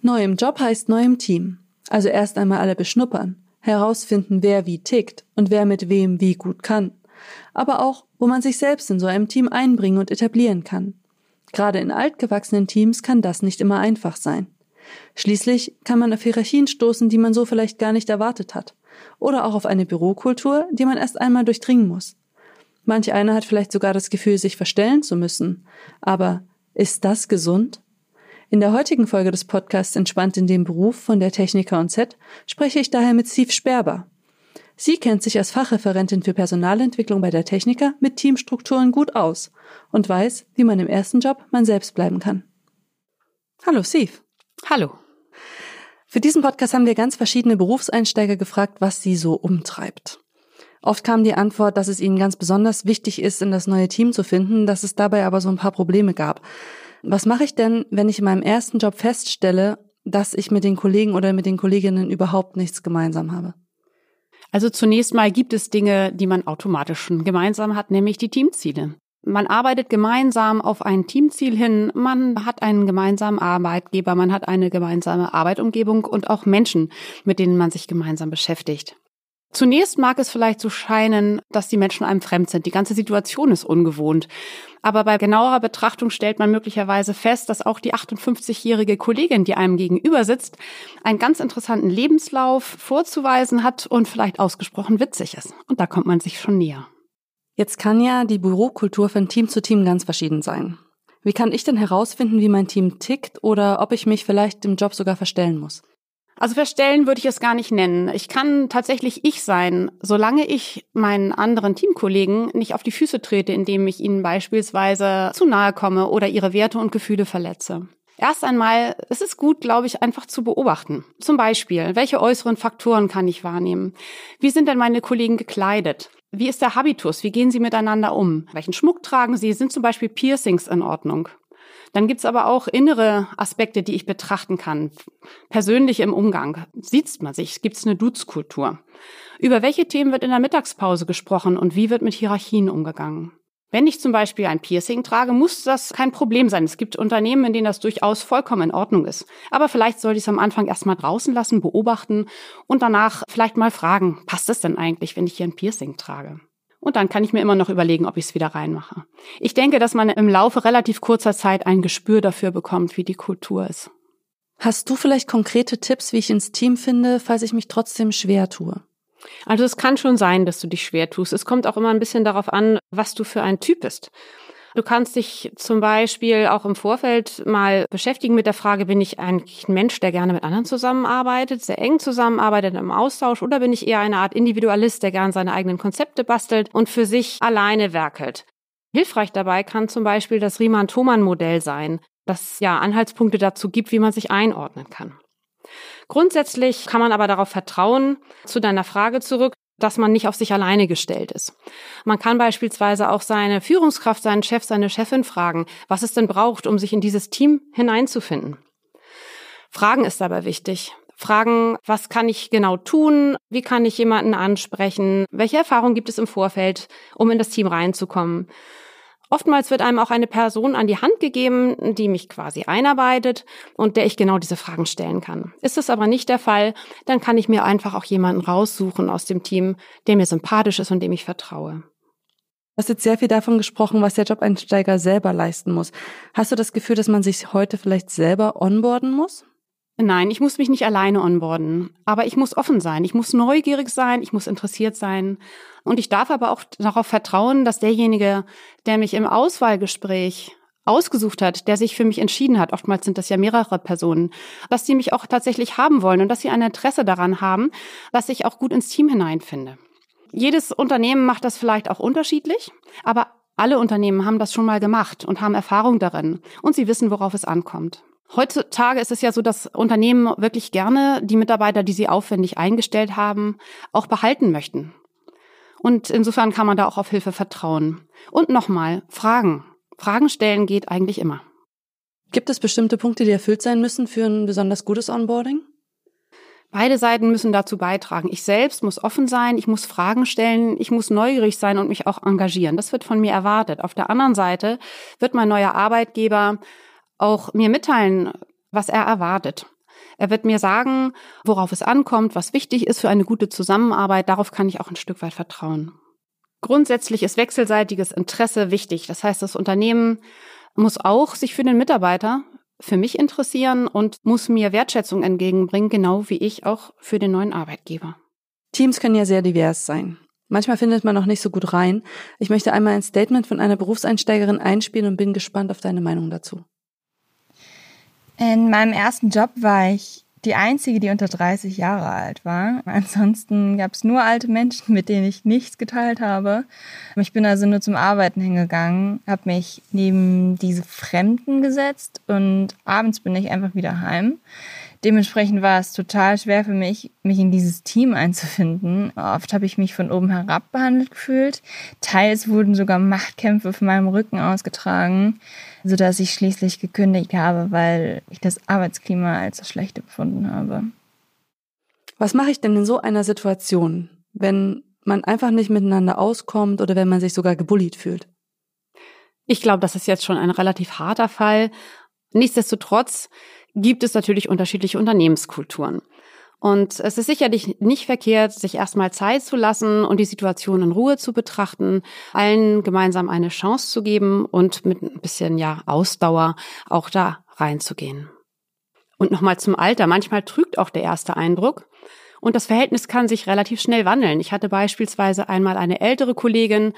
Neu im Job heißt neu im Team. Also erst einmal alle beschnuppern, herausfinden, wer wie tickt und wer mit wem wie gut kann. Aber auch, wo man sich selbst in so einem Team einbringen und etablieren kann. Gerade in altgewachsenen Teams kann das nicht immer einfach sein. Schließlich kann man auf Hierarchien stoßen, die man so vielleicht gar nicht erwartet hat. Oder auch auf eine Bürokultur, die man erst einmal durchdringen muss. Manch einer hat vielleicht sogar das Gefühl, sich verstellen zu müssen. Aber ist das gesund? In der heutigen Folge des Podcasts Entspannt in dem Beruf von der Techniker & Z spreche ich daher mit Siv Sperber. Sie kennt sich als Fachreferentin für Personalentwicklung bei der Techniker mit Teamstrukturen gut aus und weiß, wie man im ersten Job man selbst bleiben kann. Hallo Siv. Hallo. Für diesen Podcast haben wir ganz verschiedene Berufseinsteiger gefragt, was sie so umtreibt. Oft kam die Antwort, dass es ihnen ganz besonders wichtig ist, in das neue Team zu finden, dass es dabei aber so ein paar Probleme gab. Was mache ich denn, wenn ich in meinem ersten Job feststelle, dass ich mit den Kollegen oder mit den Kolleginnen überhaupt nichts gemeinsam habe? Also zunächst mal gibt es Dinge, die man automatisch schon gemeinsam hat, nämlich die Teamziele. Man arbeitet gemeinsam auf ein Teamziel hin, man hat einen gemeinsamen Arbeitgeber, man hat eine gemeinsame Arbeitumgebung und auch Menschen, mit denen man sich gemeinsam beschäftigt. Zunächst mag es vielleicht so scheinen, dass die Menschen einem fremd sind. Die ganze Situation ist ungewohnt. Aber bei genauerer Betrachtung stellt man möglicherweise fest, dass auch die 58-jährige Kollegin, die einem gegenüber sitzt, einen ganz interessanten Lebenslauf vorzuweisen hat und vielleicht ausgesprochen witzig ist. Und da kommt man sich schon näher. Jetzt kann ja die Bürokultur von Team zu Team ganz verschieden sein. Wie kann ich denn herausfinden, wie mein Team tickt oder ob ich mich vielleicht im Job sogar verstellen muss? Also verstellen würde ich es gar nicht nennen. Ich kann tatsächlich ich sein, solange ich meinen anderen Teamkollegen nicht auf die Füße trete, indem ich ihnen beispielsweise zu nahe komme oder ihre Werte und Gefühle verletze. Erst einmal, es ist gut, glaube ich, einfach zu beobachten. Zum Beispiel, welche äußeren Faktoren kann ich wahrnehmen? Wie sind denn meine Kollegen gekleidet? Wie ist der Habitus? Wie gehen sie miteinander um? Welchen Schmuck tragen sie? Sind zum Beispiel Piercings in Ordnung? Dann gibt's aber auch innere Aspekte, die ich betrachten kann. Persönlich im Umgang. Sieht man sich? Gibt's eine Duzkultur? Über welche Themen wird in der Mittagspause gesprochen und wie wird mit Hierarchien umgegangen? Wenn ich zum Beispiel ein Piercing trage, muss das kein Problem sein. Es gibt Unternehmen, in denen das durchaus vollkommen in Ordnung ist. Aber vielleicht sollte ich es am Anfang erstmal draußen lassen, beobachten und danach vielleicht mal fragen, passt es denn eigentlich, wenn ich hier ein Piercing trage? Und dann kann ich mir immer noch überlegen, ob ich es wieder reinmache. Ich denke, dass man im Laufe relativ kurzer Zeit ein Gespür dafür bekommt, wie die Kultur ist. Hast du vielleicht konkrete Tipps, wie ich ins Team finde, falls ich mich trotzdem schwer tue? Also es kann schon sein, dass du dich schwer tust. Es kommt auch immer ein bisschen darauf an, was du für ein Typ bist. Du kannst dich zum Beispiel auch im Vorfeld mal beschäftigen mit der Frage, bin ich eigentlich ein Mensch, der gerne mit anderen zusammenarbeitet, sehr eng zusammenarbeitet im Austausch, oder bin ich eher eine Art Individualist, der gerne seine eigenen Konzepte bastelt und für sich alleine werkelt? Hilfreich dabei kann zum Beispiel das Riemann-Thomann-Modell sein, das ja Anhaltspunkte dazu gibt, wie man sich einordnen kann. Grundsätzlich kann man aber darauf vertrauen, zu deiner Frage zurück, dass man nicht auf sich alleine gestellt ist. Man kann beispielsweise auch seine Führungskraft, seinen Chef, seine Chefin fragen, was es denn braucht, um sich in dieses Team hineinzufinden. Fragen ist dabei wichtig. Fragen, was kann ich genau tun? Wie kann ich jemanden ansprechen? Welche Erfahrungen gibt es im Vorfeld, um in das Team reinzukommen? Oftmals wird einem auch eine Person an die Hand gegeben, die mich quasi einarbeitet und der ich genau diese Fragen stellen kann. Ist das aber nicht der Fall, dann kann ich mir einfach auch jemanden raussuchen aus dem Team, der mir sympathisch ist und dem ich vertraue. Du hast jetzt sehr viel davon gesprochen, was der Jobeinsteiger selber leisten muss. Hast du das Gefühl, dass man sich heute vielleicht selber onboarden muss? Nein, ich muss mich nicht alleine onboarden, aber ich muss offen sein, ich muss neugierig sein, ich muss interessiert sein und ich darf aber auch darauf vertrauen, dass derjenige, der mich im Auswahlgespräch ausgesucht hat, der sich für mich entschieden hat, oftmals sind das ja mehrere Personen, dass die mich auch tatsächlich haben wollen und dass sie ein Interesse daran haben, dass ich auch gut ins Team hineinfinde. Jedes Unternehmen macht das vielleicht auch unterschiedlich, aber alle Unternehmen haben das schon mal gemacht und haben Erfahrung darin und sie wissen, worauf es ankommt. Heutzutage ist es ja so, dass Unternehmen wirklich gerne die Mitarbeiter, die sie aufwendig eingestellt haben, auch behalten möchten. Und insofern kann man da auch auf Hilfe vertrauen. Und nochmal, Fragen. Fragen stellen geht eigentlich immer. Gibt es bestimmte Punkte, die erfüllt sein müssen für ein besonders gutes Onboarding? Beide Seiten müssen dazu beitragen. Ich selbst muss offen sein, ich muss Fragen stellen, ich muss neugierig sein und mich auch engagieren. Das wird von mir erwartet. Auf der anderen Seite wird mein neuer Arbeitgeber auch mir mitteilen, was er erwartet. Er wird mir sagen, worauf es ankommt, was wichtig ist für eine gute Zusammenarbeit. Darauf kann ich auch ein Stück weit vertrauen. Grundsätzlich ist wechselseitiges Interesse wichtig. Das heißt, das Unternehmen muss auch sich für den Mitarbeiter, für mich interessieren und muss mir Wertschätzung entgegenbringen, genau wie ich auch für den neuen Arbeitgeber. Teams können ja sehr divers sein. Manchmal findet man noch nicht so gut rein. Ich möchte einmal ein Statement von einer Berufseinsteigerin einspielen und bin gespannt auf deine Meinung dazu. In meinem ersten Job war ich die Einzige, die unter 30 Jahre alt war. Ansonsten gab es nur alte Menschen, mit denen ich nichts geteilt habe. Ich bin also nur zum Arbeiten hingegangen, habe mich neben diese Fremden gesetzt und abends bin ich einfach wieder heim. Dementsprechend war es total schwer für mich, mich in dieses Team einzufinden. Oft habe ich mich von oben herab behandelt gefühlt. Teils wurden sogar Machtkämpfe auf meinem Rücken ausgetragen, sodass ich schließlich gekündigt habe, weil ich das Arbeitsklima als so schlecht empfunden habe. Was mache ich denn in so einer Situation, wenn man einfach nicht miteinander auskommt oder wenn man sich sogar gebullied fühlt? Ich glaube, das ist jetzt schon ein relativ harter Fall. Nichtsdestotrotz gibt es natürlich unterschiedliche Unternehmenskulturen. Und es ist sicherlich nicht verkehrt, sich erstmal Zeit zu lassen und die Situation in Ruhe zu betrachten, allen gemeinsam eine Chance zu geben und mit ein bisschen Ausdauer auch da reinzugehen. Und nochmal zum Alter. Manchmal trügt auch der erste Eindruck. Und das Verhältnis kann sich relativ schnell wandeln. Ich hatte beispielsweise einmal eine ältere Kollegin,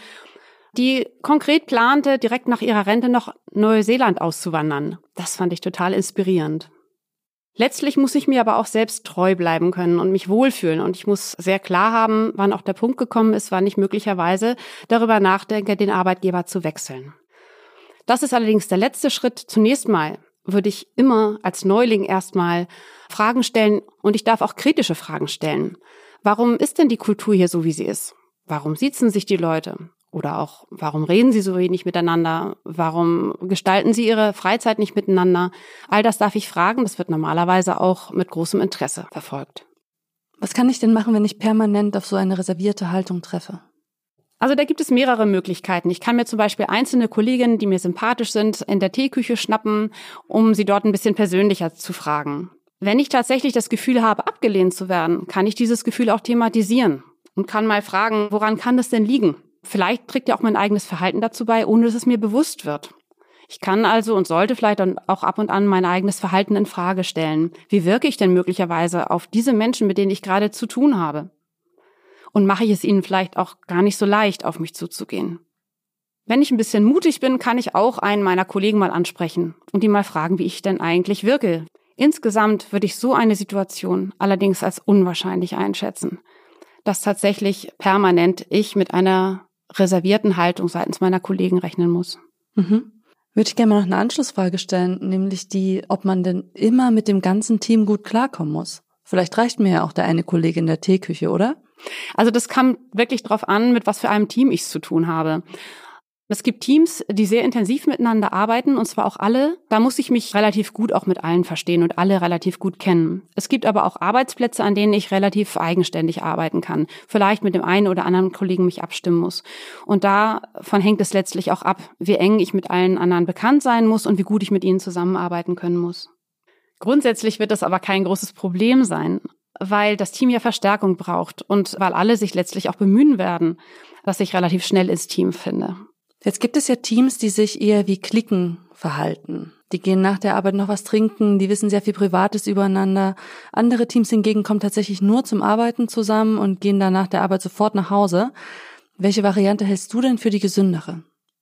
die konkret plante, direkt nach ihrer Rente nach Neuseeland auszuwandern. Das fand ich total inspirierend. Letztlich muss ich mir aber auch selbst treu bleiben können und mich wohlfühlen. Und ich muss sehr klar haben, wann auch der Punkt gekommen ist, wann ich möglicherweise darüber nachdenke, den Arbeitgeber zu wechseln. Das ist allerdings der letzte Schritt. Zunächst mal würde ich immer als Neuling erstmal Fragen stellen und ich darf auch kritische Fragen stellen. Warum ist denn die Kultur hier so, wie sie ist? Warum siezen sich die Leute? Oder auch, warum reden sie so wenig miteinander? Warum gestalten sie ihre Freizeit nicht miteinander? All das darf ich fragen. Das wird normalerweise auch mit großem Interesse verfolgt. Was kann ich denn machen, wenn ich permanent auf so eine reservierte Haltung treffe? Also da gibt es mehrere Möglichkeiten. Ich kann mir zum Beispiel einzelne Kolleginnen, die mir sympathisch sind, in der Teeküche schnappen, um sie dort ein bisschen persönlicher zu fragen. Wenn ich tatsächlich das Gefühl habe, abgelehnt zu werden, kann ich dieses Gefühl auch thematisieren und kann mal fragen, woran kann das denn liegen? Vielleicht trägt ja auch mein eigenes Verhalten dazu bei, ohne dass es mir bewusst wird. Ich kann also und sollte vielleicht dann auch ab und an mein eigenes Verhalten in Frage stellen. Wie wirke ich denn möglicherweise auf diese Menschen, mit denen ich gerade zu tun habe? Und mache ich es ihnen vielleicht auch gar nicht so leicht, auf mich zuzugehen? Wenn ich ein bisschen mutig bin, kann ich auch einen meiner Kollegen mal ansprechen und ihn mal fragen, wie ich denn eigentlich wirke. Insgesamt würde ich so eine Situation allerdings als unwahrscheinlich einschätzen, dass tatsächlich permanent ich mit einer reservierten Haltung seitens meiner Kollegen rechnen muss. Würde ich gerne mal noch eine Anschlussfrage stellen, nämlich die, ob man denn immer mit dem ganzen Team gut klarkommen muss. Vielleicht reicht mir ja auch der eine Kollege in der Teeküche, oder? Also das kam wirklich drauf an, mit was für einem Team ich es zu tun habe. Es gibt Teams, die sehr intensiv miteinander arbeiten, und zwar auch alle. Da muss ich mich relativ gut auch mit allen verstehen und alle relativ gut kennen. Es gibt aber auch Arbeitsplätze, an denen ich relativ eigenständig arbeiten kann. Vielleicht mit dem einen oder anderen Kollegen mich abstimmen muss. Und davon hängt es letztlich auch ab, wie eng ich mit allen anderen bekannt sein muss und wie gut ich mit ihnen zusammenarbeiten können muss. Grundsätzlich wird das aber kein großes Problem sein, weil das Team ja Verstärkung braucht und weil alle sich letztlich auch bemühen werden, dass ich relativ schnell ins Team finde. Jetzt gibt es ja Teams, die sich eher wie Cliquen verhalten. Die gehen nach der Arbeit noch was trinken, die wissen sehr viel Privates übereinander. Andere Teams hingegen kommen tatsächlich nur zum Arbeiten zusammen und gehen dann nach der Arbeit sofort nach Hause. Welche Variante hältst du denn für die gesündere?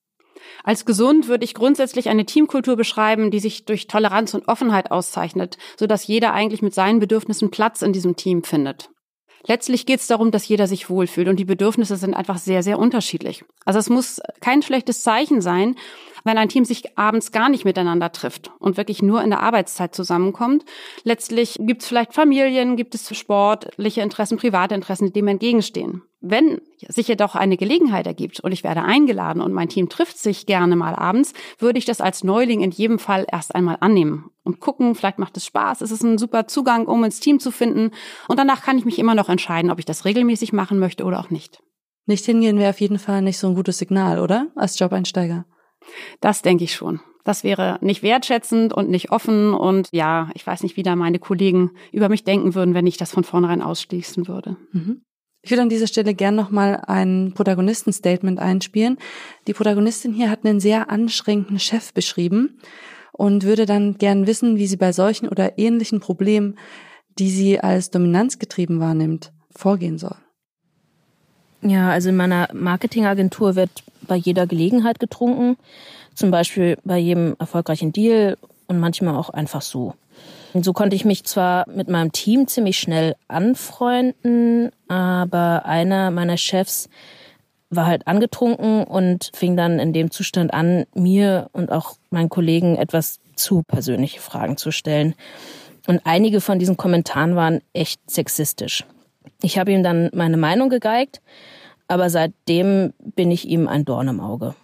Als gesund würde ich grundsätzlich eine Teamkultur beschreiben, die sich durch Toleranz und Offenheit auszeichnet, sodass jeder eigentlich mit seinen Bedürfnissen Platz in diesem Team findet. Letztlich geht es darum, dass jeder sich wohlfühlt und die Bedürfnisse sind einfach sehr, sehr unterschiedlich. Also es muss kein schlechtes Zeichen sein, wenn ein Team sich abends gar nicht miteinander trifft und wirklich nur in der Arbeitszeit zusammenkommt. Letztlich gibt es vielleicht Familien, gibt es sportliche Interessen, private Interessen, die dem entgegenstehen. Wenn sich jedoch eine Gelegenheit ergibt und ich werde eingeladen und mein Team trifft sich gerne mal abends, würde ich das als Neuling in jedem Fall erst einmal annehmen und gucken, vielleicht macht es Spaß, es ist ein super Zugang, um ins Team zu finden und danach kann ich mich immer noch entscheiden, ob ich das regelmäßig machen möchte oder auch nicht. Nicht hingehen wäre auf jeden Fall nicht so ein gutes Signal, oder? Als Jobeinsteiger. Das denke ich schon. Das wäre nicht wertschätzend und nicht offen und ja, ich weiß nicht, wie da meine Kollegen über mich denken würden, wenn ich das von vornherein ausschließen würde. Ich würde an dieser Stelle gern nochmal ein Protagonistenstatement einspielen. Die Protagonistin hier hat einen sehr anstrengenden Chef beschrieben und würde dann gern wissen, wie sie bei solchen oder ähnlichen Problemen, die sie als dominanzgetrieben wahrnimmt, vorgehen soll. Ja, also in meiner Marketingagentur wird bei jeder Gelegenheit getrunken, zum Beispiel bei jedem erfolgreichen Deal und manchmal auch einfach so. Und so konnte ich mich zwar mit meinem Team ziemlich schnell anfreunden, aber einer meiner Chefs war halt angetrunken und fing dann in dem Zustand an, mir und auch meinen Kollegen etwas zu persönliche Fragen zu stellen. Und einige von diesen Kommentaren waren echt sexistisch. Ich habe ihm dann meine Meinung gegeigt, aber seitdem bin ich ihm ein Dorn im Auge.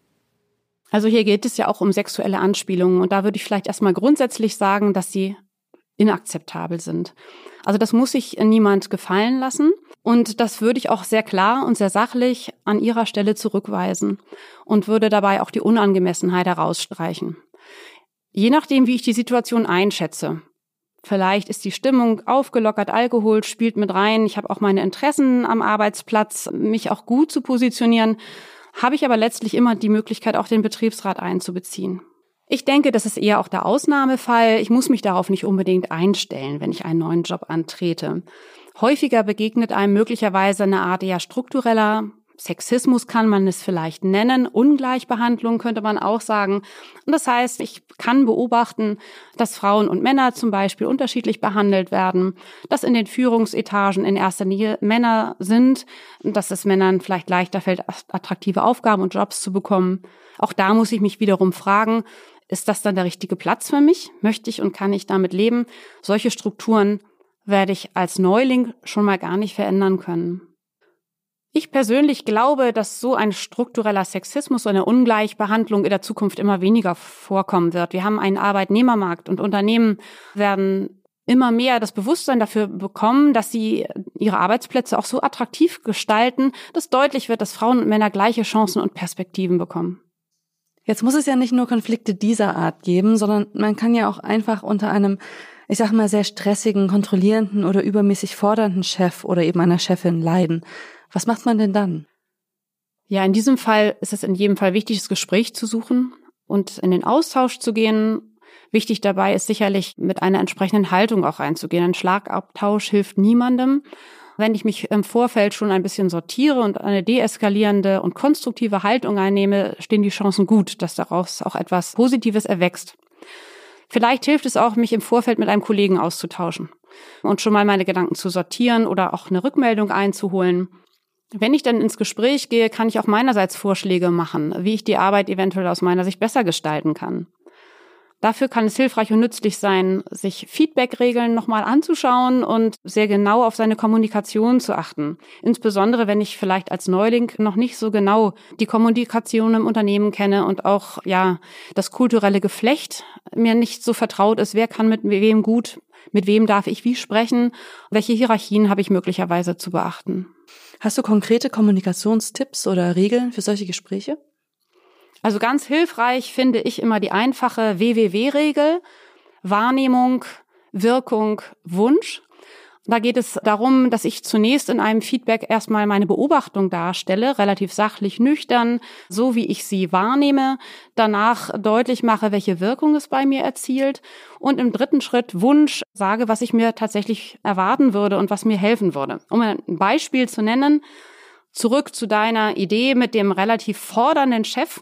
Also hier geht es ja auch um sexuelle Anspielungen und da würde ich vielleicht erstmal grundsätzlich sagen, dass sie inakzeptabel sind. Also das muss sich niemand gefallen lassen und das würde ich auch sehr klar und sehr sachlich an ihrer Stelle zurückweisen und würde dabei auch die Unangemessenheit herausstreichen. Je nachdem, wie ich die Situation einschätze. Vielleicht ist die Stimmung aufgelockert, Alkohol spielt mit rein, ich habe auch meine Interessen am Arbeitsplatz, mich auch gut zu positionieren, habe ich aber letztlich immer die Möglichkeit, auch den Betriebsrat einzubeziehen. Ich denke, das ist eher auch der Ausnahmefall. Ich muss mich darauf nicht unbedingt einstellen, wenn ich einen neuen Job antrete. Häufiger begegnet einem möglicherweise eine Art eher struktureller Sexismus kann man es vielleicht nennen, Ungleichbehandlung könnte man auch sagen. Und das heißt, ich kann beobachten, dass Frauen und Männer zum Beispiel unterschiedlich behandelt werden, dass in den Führungsetagen in erster Linie Männer sind, dass es Männern vielleicht leichter fällt, attraktive Aufgaben und Jobs zu bekommen. Auch da muss ich mich wiederum fragen, ist das dann der richtige Platz für mich? Möchte ich und kann ich damit leben? Solche Strukturen werde ich als Neuling schon mal gar nicht verändern können. Ich persönlich glaube, dass so ein struktureller Sexismus, so eine Ungleichbehandlung in der Zukunft immer weniger vorkommen wird. Wir haben einen Arbeitnehmermarkt und Unternehmen werden immer mehr das Bewusstsein dafür bekommen, dass sie ihre Arbeitsplätze auch so attraktiv gestalten, dass deutlich wird, dass Frauen und Männer gleiche Chancen und Perspektiven bekommen. Jetzt muss es ja nicht nur Konflikte dieser Art geben, sondern man kann ja auch einfach unter einem, ich sag mal, sehr stressigen, kontrollierenden oder übermäßig fordernden Chef oder eben einer Chefin leiden. Was macht man denn dann? Ja, in diesem Fall ist es in jedem Fall wichtig, das Gespräch zu suchen und in den Austausch zu gehen. Wichtig dabei ist sicherlich, mit einer entsprechenden Haltung auch reinzugehen. Ein Schlagabtausch hilft niemandem. Wenn ich mich im Vorfeld schon ein bisschen sortiere und eine deeskalierende und konstruktive Haltung einnehme, stehen die Chancen gut, dass daraus auch etwas Positives erwächst. Vielleicht hilft es auch, mich im Vorfeld mit einem Kollegen auszutauschen und schon mal meine Gedanken zu sortieren oder auch eine Rückmeldung einzuholen. Wenn ich dann ins Gespräch gehe, kann ich auch meinerseits Vorschläge machen, wie ich die Arbeit eventuell aus meiner Sicht besser gestalten kann. Dafür kann es hilfreich und nützlich sein, sich Feedback-Regeln nochmal anzuschauen und sehr genau auf seine Kommunikation zu achten. Insbesondere, wenn ich vielleicht als Neuling noch nicht so genau die Kommunikation im Unternehmen kenne und auch das kulturelle Geflecht mir nicht so vertraut ist. Wer kann mit wem gut, mit wem darf ich wie sprechen? Welche Hierarchien habe ich möglicherweise zu beachten? Hast du konkrete Kommunikationstipps oder Regeln für solche Gespräche? Also ganz hilfreich finde ich immer die einfache WWW-Regel, Wahrnehmung, Wirkung, Wunsch. Da geht es darum, dass ich zunächst in einem Feedback erstmal meine Beobachtung darstelle, relativ sachlich, nüchtern, so wie ich sie wahrnehme, danach deutlich mache, welche Wirkung es bei mir erzielt und im dritten Schritt Wunsch sage, was ich mir tatsächlich erwarten würde und was mir helfen würde. Um ein Beispiel zu nennen, zurück zu deiner Idee mit dem relativ fordernden Chef.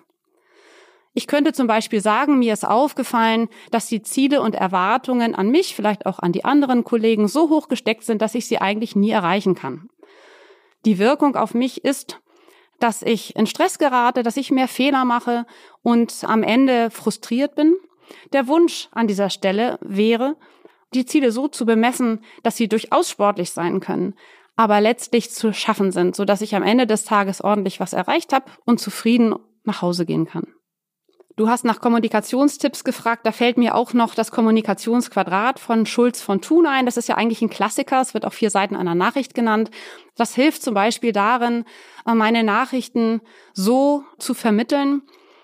Ich könnte zum Beispiel sagen, mir ist aufgefallen, dass die Ziele und Erwartungen an mich, vielleicht auch an die anderen Kollegen, so hoch gesteckt sind, dass ich sie eigentlich nie erreichen kann. Die Wirkung auf mich ist, dass ich in Stress gerate, dass ich mehr Fehler mache und am Ende frustriert bin. Der Wunsch an dieser Stelle wäre, die Ziele so zu bemessen, dass sie durchaus sportlich sein können, aber letztlich zu schaffen sind, sodass ich am Ende des Tages ordentlich was erreicht habe und zufrieden nach Hause gehen kann. Du hast nach Kommunikationstipps gefragt, da fällt mir auch noch das Kommunikationsquadrat von Schulz von Thun ein. Das ist ja eigentlich ein Klassiker, es wird auf 4 Seiten einer Nachricht genannt. Das hilft zum Beispiel darin, meine Nachrichten so zu vermitteln,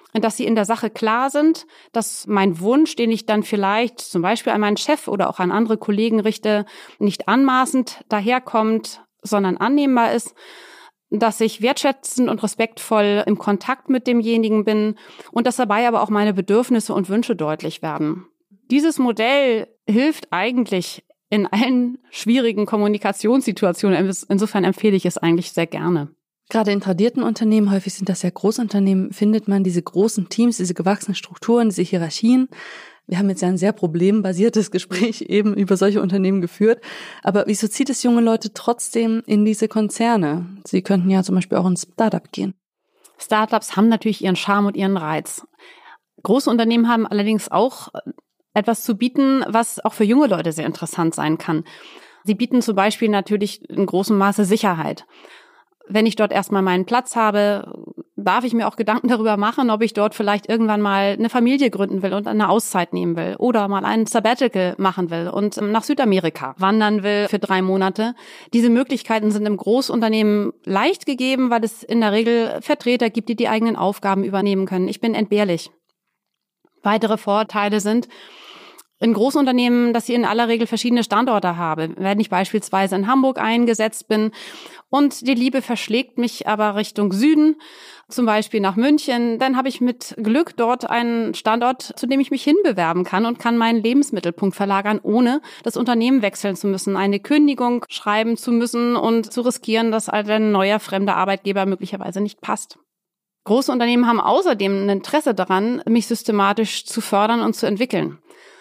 dass sie in der Sache klar sind, dass mein Wunsch, den ich dann vielleicht zum Beispiel an meinen Chef oder auch an andere Kollegen richte, nicht anmaßend daherkommt, sondern annehmbar ist, dass ich wertschätzend und respektvoll im Kontakt mit demjenigen bin und dass dabei aber auch meine Bedürfnisse und Wünsche deutlich werden. Dieses Modell hilft eigentlich in allen schwierigen Kommunikationssituationen. Insofern empfehle ich es eigentlich sehr gerne. Gerade in tradierten Unternehmen, häufig sind das ja Großunternehmen, findet man diese großen Teams, diese gewachsenen Strukturen, diese Hierarchien. Wir haben jetzt ja ein sehr problembasiertes Gespräch eben über solche Unternehmen geführt. Aber wieso zieht es junge Leute trotzdem in diese Konzerne? Sie könnten ja zum Beispiel auch ins Startup gehen. Startups haben natürlich ihren Charme und ihren Reiz. Große Unternehmen haben allerdings auch etwas zu bieten, was auch für junge Leute sehr interessant sein kann. Sie bieten zum Beispiel natürlich in großem Maße Sicherheit. Wenn ich dort erstmal meinen Platz habe, darf ich mir auch Gedanken darüber machen, ob ich dort vielleicht irgendwann mal eine Familie gründen will und eine Auszeit nehmen will oder mal einen Sabbatical machen will und nach Südamerika wandern will für 3 Monate. Diese Möglichkeiten sind im Großunternehmen leicht gegeben, weil es in der Regel Vertreter gibt, die die eigenen Aufgaben übernehmen können. Ich bin entbehrlich. Weitere Vorteile sind in Großunternehmen, dass ich in aller Regel verschiedene Standorte habe. Wenn ich beispielsweise in Hamburg eingesetzt bin und die Liebe verschlägt mich aber Richtung Süden, zum Beispiel nach München, dann habe ich mit Glück dort einen Standort, zu dem ich mich hinbewerben kann und kann meinen Lebensmittelpunkt verlagern, ohne das Unternehmen wechseln zu müssen, eine Kündigung schreiben zu müssen und zu riskieren, dass ein neuer fremder Arbeitgeber möglicherweise nicht passt. Große Unternehmen haben außerdem ein Interesse daran, mich systematisch zu fördern und zu entwickeln.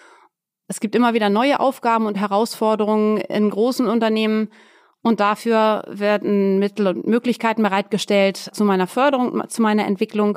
Es gibt immer wieder neue Aufgaben und Herausforderungen in großen Unternehmen und dafür werden Mittel und Möglichkeiten bereitgestellt zu meiner Förderung, zu meiner Entwicklung.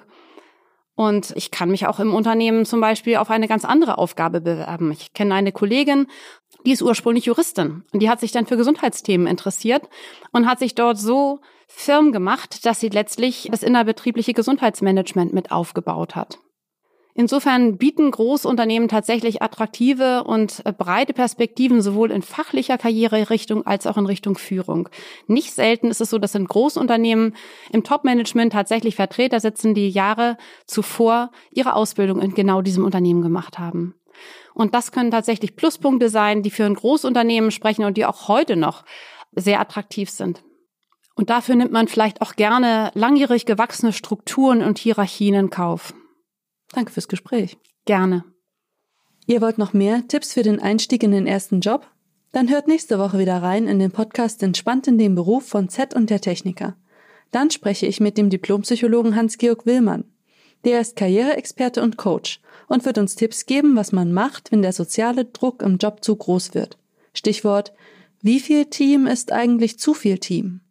Und ich kann mich auch im Unternehmen zum Beispiel auf eine ganz andere Aufgabe bewerben. Ich kenne eine Kollegin, die ist ursprünglich Juristin und die hat sich dann für Gesundheitsthemen interessiert und hat sich dort so firm gemacht, dass sie letztlich das innerbetriebliche Gesundheitsmanagement mit aufgebaut hat. Insofern bieten Großunternehmen tatsächlich attraktive und breite Perspektiven sowohl in fachlicher Karriererichtung als auch in Richtung Führung. Nicht selten ist es so, dass in Großunternehmen im Top-Management tatsächlich Vertreter sitzen, die Jahre zuvor ihre Ausbildung in genau diesem Unternehmen gemacht haben. Und das können tatsächlich Pluspunkte sein, die für ein Großunternehmen sprechen und die auch heute noch sehr attraktiv sind. Und dafür nimmt man vielleicht auch gerne langjährig gewachsene Strukturen und Hierarchien in Kauf. Danke fürs Gespräch. Gerne. Ihr wollt noch mehr Tipps für den Einstieg in den ersten Job? Dann hört nächste Woche wieder rein in den Podcast Entspannt in dem Beruf von Z und der Techniker. Dann spreche ich mit dem Diplompsychologen Hans-Georg Willmann. Der ist Karriereexperte und Coach und wird uns Tipps geben, was man macht, wenn der soziale Druck im Job zu groß wird. Stichwort: Wie viel Team ist eigentlich zu viel Team?